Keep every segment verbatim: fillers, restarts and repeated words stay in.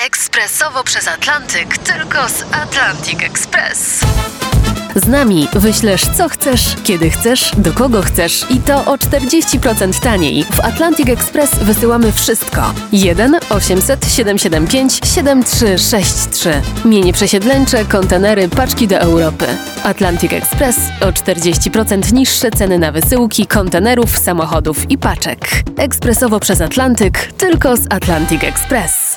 Ekspresowo przez Atlantyk, tylko z Atlantic Express. Z nami wyślesz co chcesz, kiedy chcesz, do kogo chcesz i to o czterdzieści procent taniej. W Atlantic Express wysyłamy wszystko. jeden osiemset siedemset siedemdziesiąt pięć siedemdziesiąt trzy sześćdziesiąt trzy. Mienie przesiedleńcze, kontenery, paczki do Europy. Atlantic Express o czterdzieści procent niższe ceny na wysyłki, kontenerów, samochodów i paczek. Ekspresowo przez Atlantyk, tylko z Atlantic Express.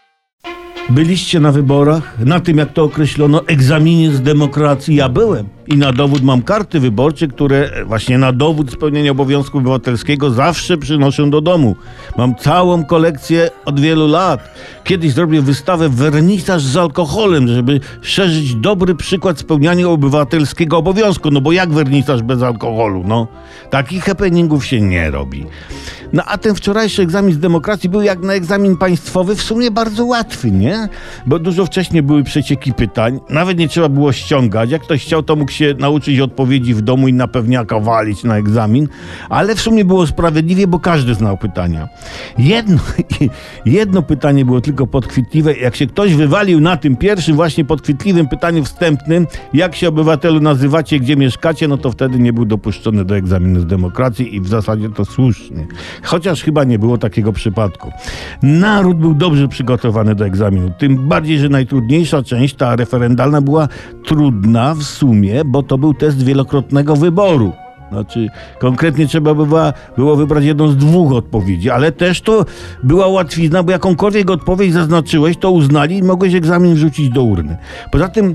Byliście na wyborach? Na tym, jak to określono, egzaminie z demokracji. Ja byłem. I na dowód mam karty wyborcze, które właśnie na dowód spełnienia obowiązku obywatelskiego zawsze przynoszę do domu. Mam całą kolekcję od wielu lat. Kiedyś zrobię wystawę wernisaż z alkoholem, żeby szerzyć dobry przykład spełniania obywatelskiego obowiązku. No bo jak wernisaż bez alkoholu? No, takich happeningów się nie robi. No a ten wczorajszy egzamin z demokracji był jak na egzamin państwowy w sumie bardzo łatwy, nie? Bo dużo wcześniej były przecieki pytań, nawet nie trzeba było ściągać. Jak ktoś chciał, to mógł się nauczyć odpowiedzi w domu i na pewniaka walić na egzamin, ale w sumie było sprawiedliwie, bo każdy znał pytania. Jedno, jedno pytanie było tylko podchwytliwe. Jak się ktoś wywalił na tym pierwszym właśnie podchwytliwym pytaniu wstępnym, jak się obywatelu nazywacie, gdzie mieszkacie, no to wtedy nie był dopuszczony do egzaminu z demokracji i w zasadzie to słusznie. Chociaż chyba nie było takiego przypadku. Naród był dobrze przygotowany do egzaminu. Tym bardziej, że najtrudniejsza część, ta referendalna, była trudna w sumie, bo to był test wielokrotnego wyboru. Znaczy, konkretnie trzeba by było, było wybrać jedną z dwóch odpowiedzi, ale też to była łatwizna, bo jakąkolwiek odpowiedź zaznaczyłeś, to uznali i mogłeś egzamin wrzucić do urny. Poza tym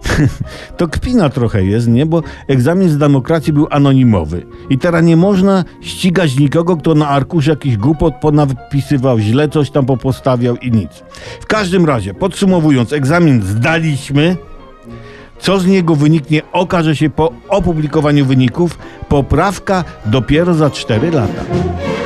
to kpina trochę jest, nie? Bo egzamin z demokracji był anonimowy. I teraz nie można ścigać nikogo, kto na arkuszu jakiś głupot ponapisywał, źle coś tam popostawiał i nic. W każdym razie, podsumowując, egzamin zdaliśmy. Co z niego wyniknie, okaże się po opublikowaniu wyników. Poprawka dopiero za cztery lata.